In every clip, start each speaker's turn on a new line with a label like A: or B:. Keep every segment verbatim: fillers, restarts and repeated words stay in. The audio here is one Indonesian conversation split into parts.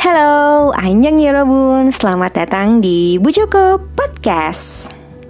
A: Halo, annyeong 여러분. Selamat datang di Bu Joko Podcast.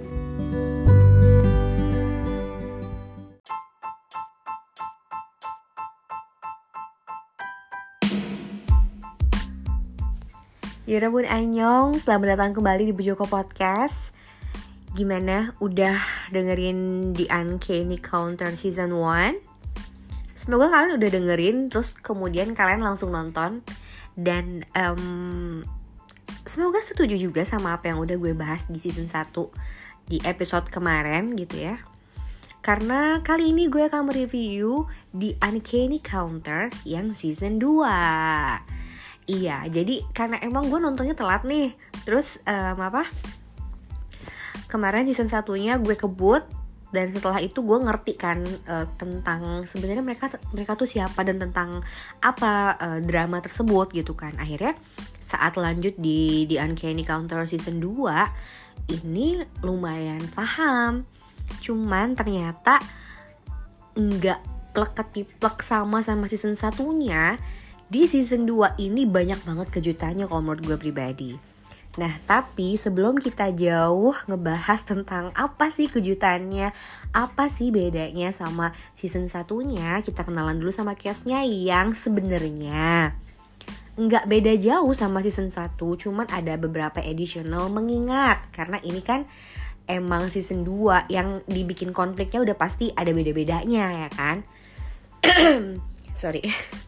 A: 여러분 annyeong, selamat datang kembali di Bu Joko Podcast. Gimana? Udah dengerin The Uncanny Counter Season one? Semoga kalian udah dengerin, terus kemudian kalian langsung nonton. Dan um, semoga setuju juga sama apa yang udah gue bahas di season one di episode kemarin gitu ya. Karena kali ini gue akan mereview The Uncanny Counter yang season two. Iya, jadi karena emang gue nontonnya telat nih. Terus um, apa kemarin season one-nya gue kebut. Dan setelah itu gue ngerti kan uh, tentang sebenarnya mereka mereka tuh siapa dan tentang apa uh, drama tersebut gitu kan. Akhirnya saat lanjut di di Uncanny Counter season two ini lumayan paham. Cuman ternyata enggak plek-ketiplek sama sama season one-nya. Di season two ini banyak banget kejutannya kalau menurut gue pribadi. Nah, tapi sebelum kita jauh ngebahas tentang apa sih kejutannya, apa sih bedanya sama season one-nya, kita kenalan dulu sama case-nya yang sebenarnya nggak beda jauh sama season one, cuman ada beberapa additional mengingat. Karena ini kan emang season two yang dibikin konfliknya udah pasti ada beda-bedanya ya kan. Sorry.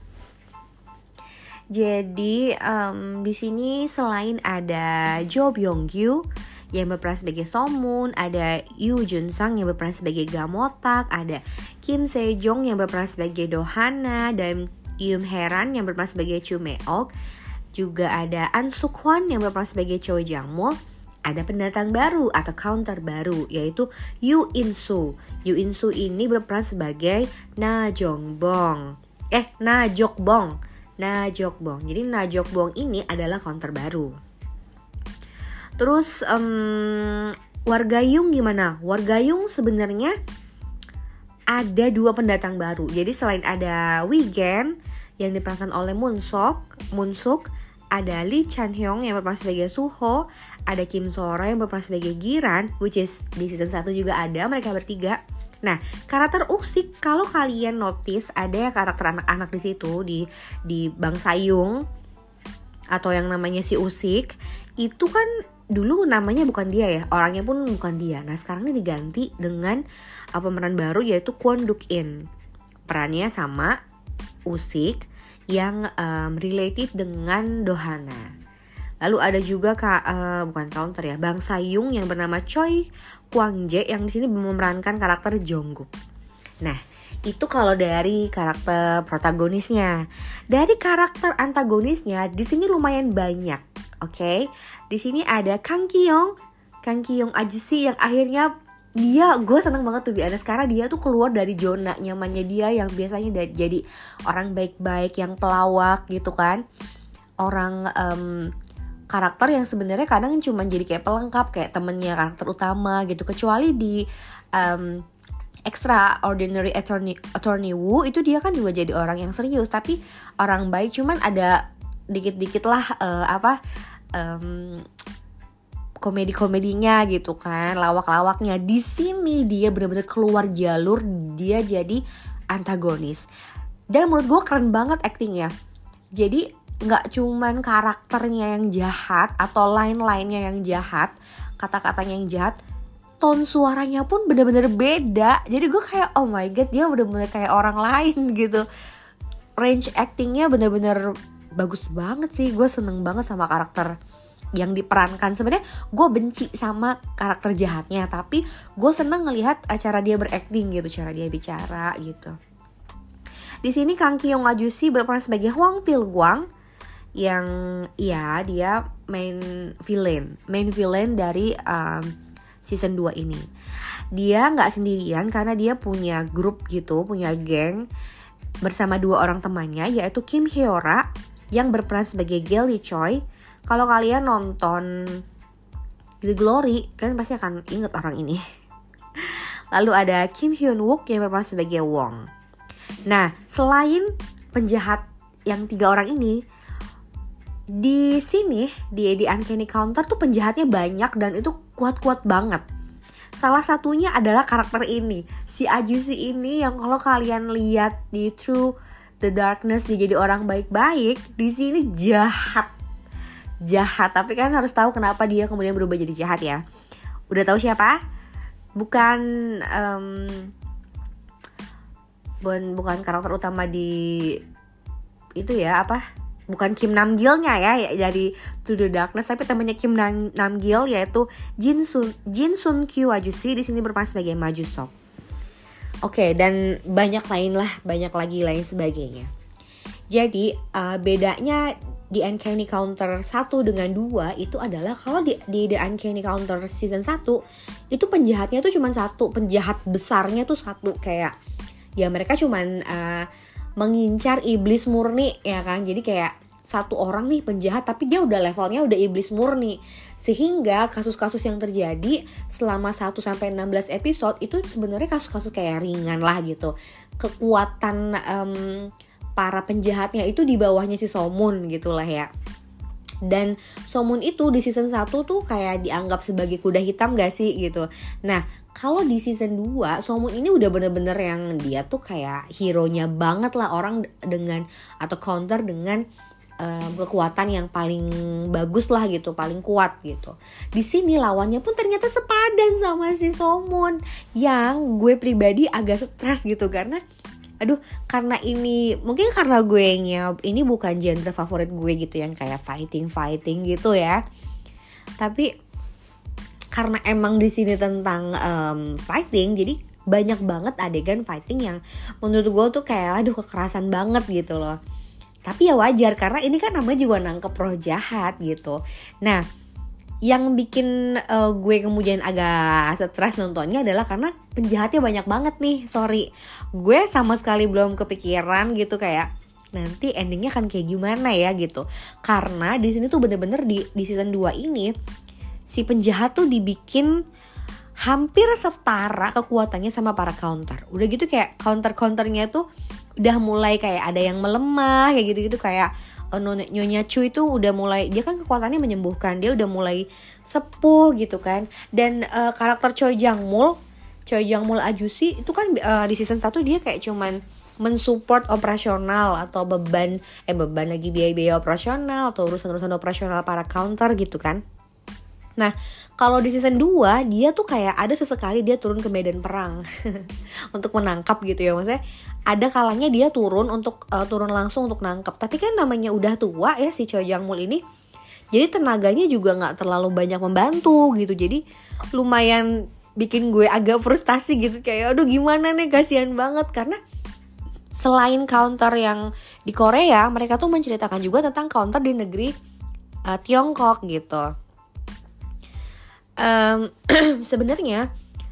A: Jadi um, di sini selain ada Jo Byung-gyu yang berperan sebagai Somun, ada Yoo Jun-sang yang berperan sebagai Gamotak, ada Kim Se-jong yang berperan sebagai Do-hana, dan Yoon Hae-ran yang berperan sebagai Chu Me-ok. Juga ada An Suk-hwan yang berperan sebagai Choi Jang-mul. Ada pendatang baru atau counter baru yaitu Yoo In-soo. Yoo In-soo ini berperan sebagai Na Jong-bong. Eh, Na Jok-bong. Na Jok-bong. Jadi Na Jok-bong ini adalah counter baru. Terus um, Warga-yung gimana? Warga-yung sebenarnya ada dua pendatang baru. Jadi selain ada Wigen yang diperankan oleh Moon-suk, Moon-suk, ada Lee Chan-hyung yang berperan sebagai Suho, ada Kim So-ra yang berperan sebagai Giran, which is di season one juga ada mereka bertiga. Nah, karakter Usik, kalau kalian notice ada karakter anak-anak di situ di di Bang Sayung atau yang namanya si Usik, itu kan dulu namanya bukan dia ya, orangnya pun bukan dia. Nah, sekarang ini diganti dengan uh, pemeran baru yaitu Kwon Duk-in. Perannya sama Usik yang um, related dengan Do-hana. Lalu ada juga ka, uh, bukan counter ya, Bang Sayung yang bernama Choi Kwang-jae yang di sini memerankan karakter Jongkook. Nah, itu kalau dari karakter protagonisnya. Dari karakter antagonisnya di sini lumayan banyak, oke? Okay? Di sini ada Kang Ki-young, Kang Ki-young Ajisi yang akhirnya dia, gue seneng banget tuh biasa karena dia tuh keluar dari zona nyamannya dia yang biasanya dari, jadi orang baik-baik yang pelawak gitu kan, orang um, karakter yang sebenarnya kadang cuma jadi kayak pelengkap, kayak temennya karakter utama gitu. Kecuali di um, Extraordinary Attorney, Attorney Woo itu dia kan juga jadi orang yang serius tapi orang baik, cuman ada dikit-dikit lah uh, apa um, komedi-komedinya gitu kan, lawak-lawaknya. Di sini dia benar-benar keluar jalur, dia jadi antagonis. Dan menurut gue keren banget actingnya. Jadi nggak cuman karakternya yang jahat atau line-linenya yang jahat, kata-katanya yang jahat, tone suaranya pun bener-bener beda. Jadi gue kayak oh my god, dia bener-bener kayak orang lain gitu. Range actingnya bener-bener bagus banget sih. Gue seneng banget sama karakter yang diperankan. Sebenarnya gue benci sama karakter jahatnya, tapi gue seneng ngelihat cara dia berakting gitu, cara dia bicara gitu. Di sini Kang Ki-young Ajusi berperan sebagai Hwang Pil-gwang yang ya dia main villain, main villain dari um, season two ini. Dia nggak sendirian karena dia punya grup gitu, punya geng bersama dua orang temannya yaitu Kim Hyo-ra yang berperan sebagai Gelly Choi. Kalau kalian nonton The Glory, kalian pasti akan ingat orang ini. Lalu ada Kim Hyun-wook yang berperan sebagai Wong. Nah, selain penjahat yang tiga orang ini, di sini di di Uncanny Counter tuh penjahatnya banyak dan itu kuat-kuat banget. Salah satunya adalah karakter ini, si Ajusi ini yang kalau kalian lihat di Through the Darkness dia jadi orang baik-baik, di sini jahat. Jahat, tapi kan harus tahu kenapa dia kemudian berubah jadi jahat ya. Udah tahu siapa? Bukan um, bukan bukan karakter utama di itu ya, apa? Bukan Kim Namgilnya ya, dari To the Darkness, tapi temannya Kim Nam, Namgil yaitu Jin Sun Jin Sun Kyu Ajusi di sini berperan sebagai Ma Ju-sok. Oke, dan banyak lain lah, banyak lagi lain sebagainya. Jadi uh, bedanya di Uncanny Counter satu dengan dua itu adalah kalau di, di The Uncanny Counter season satu itu penjahatnya tuh cuma satu, penjahat besarnya tuh satu, kayak ya mereka cuman uh, mengincar iblis murni ya kan. Jadi kayak satu orang nih penjahat tapi dia udah levelnya udah iblis murni. Sehingga kasus-kasus yang terjadi selama satu sampai enam belas episode itu sebenarnya kasus-kasus kayak ringan lah gitu. Kekuatan um, para penjahatnya itu di bawahnya si Somun gitu lah ya. Dan Somun itu di season satu tuh kayak dianggap sebagai kuda hitam gak sih gitu. Nah, kalau di season dua Somun ini udah bener-bener yang dia tuh kayak hero-nya banget lah, orang dengan atau counter dengan um, kekuatan yang paling bagus lah gitu, paling kuat gitu. Di sini lawannya pun ternyata sepadan sama si Somun, yang gue pribadi agak stres gitu karena aduh, karena ini mungkin karena gue nya ini bukan genre favorit gue gitu yang kayak fighting-fighting gitu ya. Tapi karena emang di sini tentang um, fighting, jadi banyak banget adegan fighting yang menurut gue tuh kayak aduh kekerasan banget gitu loh. Tapi ya wajar karena ini kan namanya juga nangkep roh jahat gitu. Nah, yang bikin uh, gue kemudian agak stres nontonnya adalah karena penjahatnya banyak banget nih. Sorry, gue sama sekali belum kepikiran gitu kayak nanti endingnya akan kayak gimana ya gitu. Karena di sini tuh bener-bener di di season dua ini si penjahat tuh dibikin hampir setara kekuatannya sama para counter. Udah gitu kayak counter-counternya tuh udah mulai kayak ada yang melemah kayak gitu-gitu, kayak Nyonya Chu itu udah mulai, dia kan kekuatannya menyembuhkan, dia udah mulai sepuh gitu kan. Dan uh, karakter Choi Jang-mul, Choi Jang-mul Ajusi itu kan uh, di season satu dia kayak cuman mensupport operasional atau beban eh beban lagi biaya-biaya operasional atau urusan-urusan operasional para counter gitu kan. Nah, kalau di season dua dia tuh kayak ada sesekali dia turun ke medan perang untuk menangkap gitu ya. Maksudnya ada kalanya dia turun untuk uh, turun langsung untuk nangkap. Tapi kan namanya udah tua ya si Choi Jang-mul ini. Jadi tenaganya juga gak terlalu banyak membantu gitu. Jadi lumayan bikin gue agak frustasi gitu. Kayak aduh gimana nih, kasihan banget. Karena selain counter yang di Korea, mereka tuh menceritakan juga tentang counter di negeri uh, Tiongkok gitu. Um, sebenarnya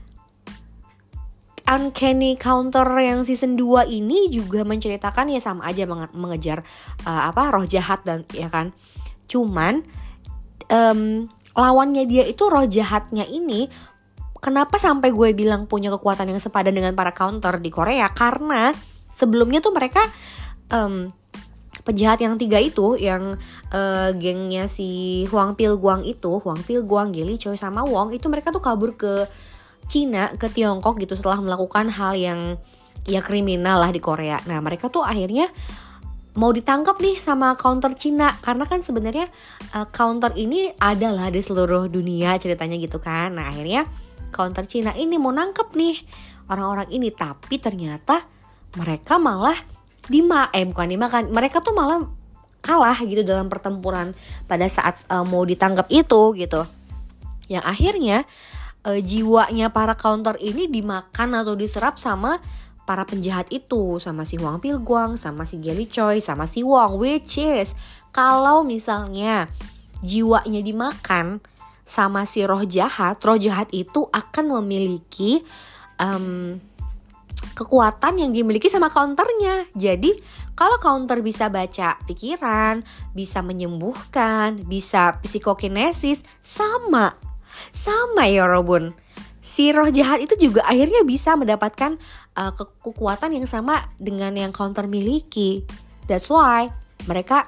A: Uncanny Counter yang season dua ini juga menceritakan ya sama aja menge- mengejar uh, apa roh jahat dan ya kan. Cuman um, lawannya dia itu roh jahatnya ini kenapa sampai gue bilang punya kekuatan yang sepadan dengan para counter di Korea, karena sebelumnya tuh mereka um, penjahat yang tiga itu yang uh, gengnya si Hwang Pil-guang itu, Hwang Pil-guang, Geli Choi sama Wong itu mereka tuh kabur ke Cina, ke Tiongkok gitu setelah melakukan hal yang ya kriminal lah di Korea. Nah, mereka tuh akhirnya mau ditangkap nih sama counter Cina karena kan sebenarnya uh, counter ini adalah di seluruh dunia ceritanya gitu kan. Nah, akhirnya counter Cina ini mau nangkep nih orang-orang ini, tapi ternyata mereka malah Dima, eh bukan dimakan, mereka tuh malah kalah gitu dalam pertempuran pada saat uh, mau ditangkap itu gitu. Yang akhirnya uh, jiwanya para counter ini dimakan atau diserap sama para penjahat itu, sama si Hwang Pil-guang, sama si Geli Choi, sama si Wong, which is kalau misalnya jiwanya dimakan sama si roh jahat, roh jahat itu akan memiliki um, kekuatan yang dimiliki sama counternya. Jadi kalau counter bisa baca pikiran, bisa menyembuhkan, bisa psikokinesis, sama sama ya Robun. Si roh jahat itu juga akhirnya bisa mendapatkan uh, ke- kekuatan yang sama dengan yang counter miliki. That's why mereka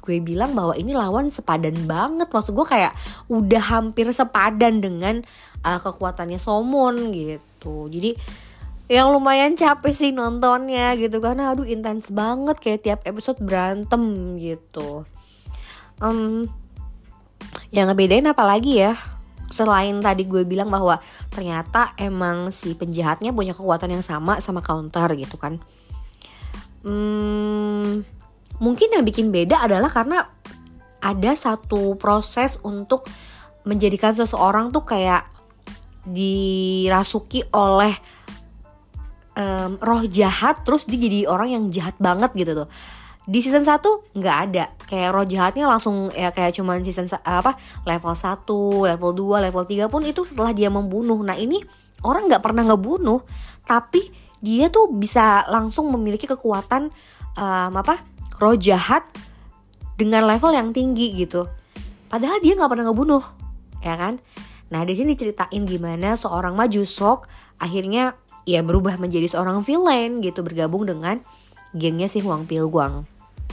A: gue bilang bahwa ini lawan sepadan banget. Maksud gue kayak udah hampir sepadan dengan uh, kekuatannya Somon gitu. Jadi yang lumayan capek sih nontonnya gitu, karena aduh intens banget, kayak tiap episode berantem gitu. um, Yang ngebedain apa lagi ya, selain tadi gue bilang bahwa ternyata emang si penjahatnya punya kekuatan yang sama sama Counter gitu kan. Hmm, mungkin yang bikin beda adalah karena ada satu proses untuk menjadikan seseorang tuh kayak dirasuki oleh um, roh jahat, terus dia jadi orang yang jahat banget gitu tuh. Di season satu nggak ada, kayak roh jahatnya langsung ya kayak cuman season apa level satu, level dua, level tiga pun itu setelah dia membunuh. Nah ini orang nggak pernah ngebunuh, tapi dia tuh bisa langsung memiliki kekuatan um, apa roh jahat dengan level yang tinggi gitu. Padahal dia nggak pernah ngebunuh, ya kan? Nah di sini ceritain gimana seorang Majusok akhirnya ya berubah menjadi seorang villain gitu, bergabung dengan gengnya si Huang Pilguang.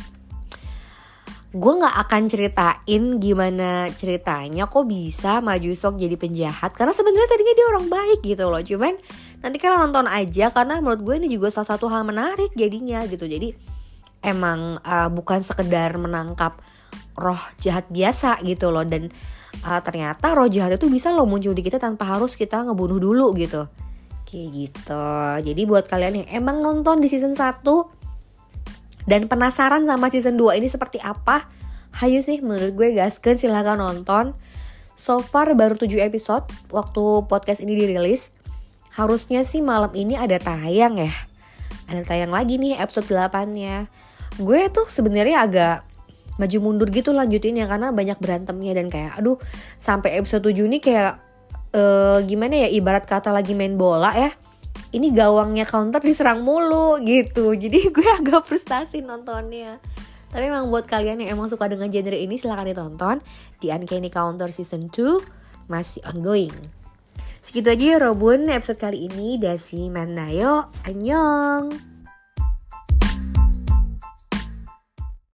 A: Gue gak akan ceritain gimana ceritanya kok bisa Majusok jadi penjahat, karena sebenarnya tadinya dia orang baik gitu loh. Cuman nanti kalian nonton aja, karena menurut gue ini juga salah satu hal menarik jadinya gitu. Jadi emang uh, bukan sekedar menangkap roh jahat biasa gitu loh. Dan uh, ternyata roh jahat itu bisa loh muncul di kita tanpa harus kita ngebunuh dulu gitu. Kayak gitu. Jadi buat kalian yang emang nonton di season satu dan penasaran sama season dua ini seperti apa, hayu sih menurut gue gaskeun, silahkan nonton. So far baru tujuh episode waktu podcast ini dirilis. Harusnya sih malam ini ada tayang ya. Ada tayang lagi nih episode delapan-nya. Gue tuh sebenarnya agak maju mundur gitu lanjutinnya karena banyak berantemnya, dan kayak aduh sampai episode tujuh nih kayak uh, gimana ya, ibarat kata lagi main bola ya. Ini gawangnya Counter diserang mulu gitu. Jadi gue agak frustasi nontonnya. Tapi emang buat kalian yang emang suka dengan genre ini, silahkan ditonton. The Uncanny Counter Season two masih ongoing. Segitu aja ya Robun episode kali ini. Dasi Mandayo, annyeong.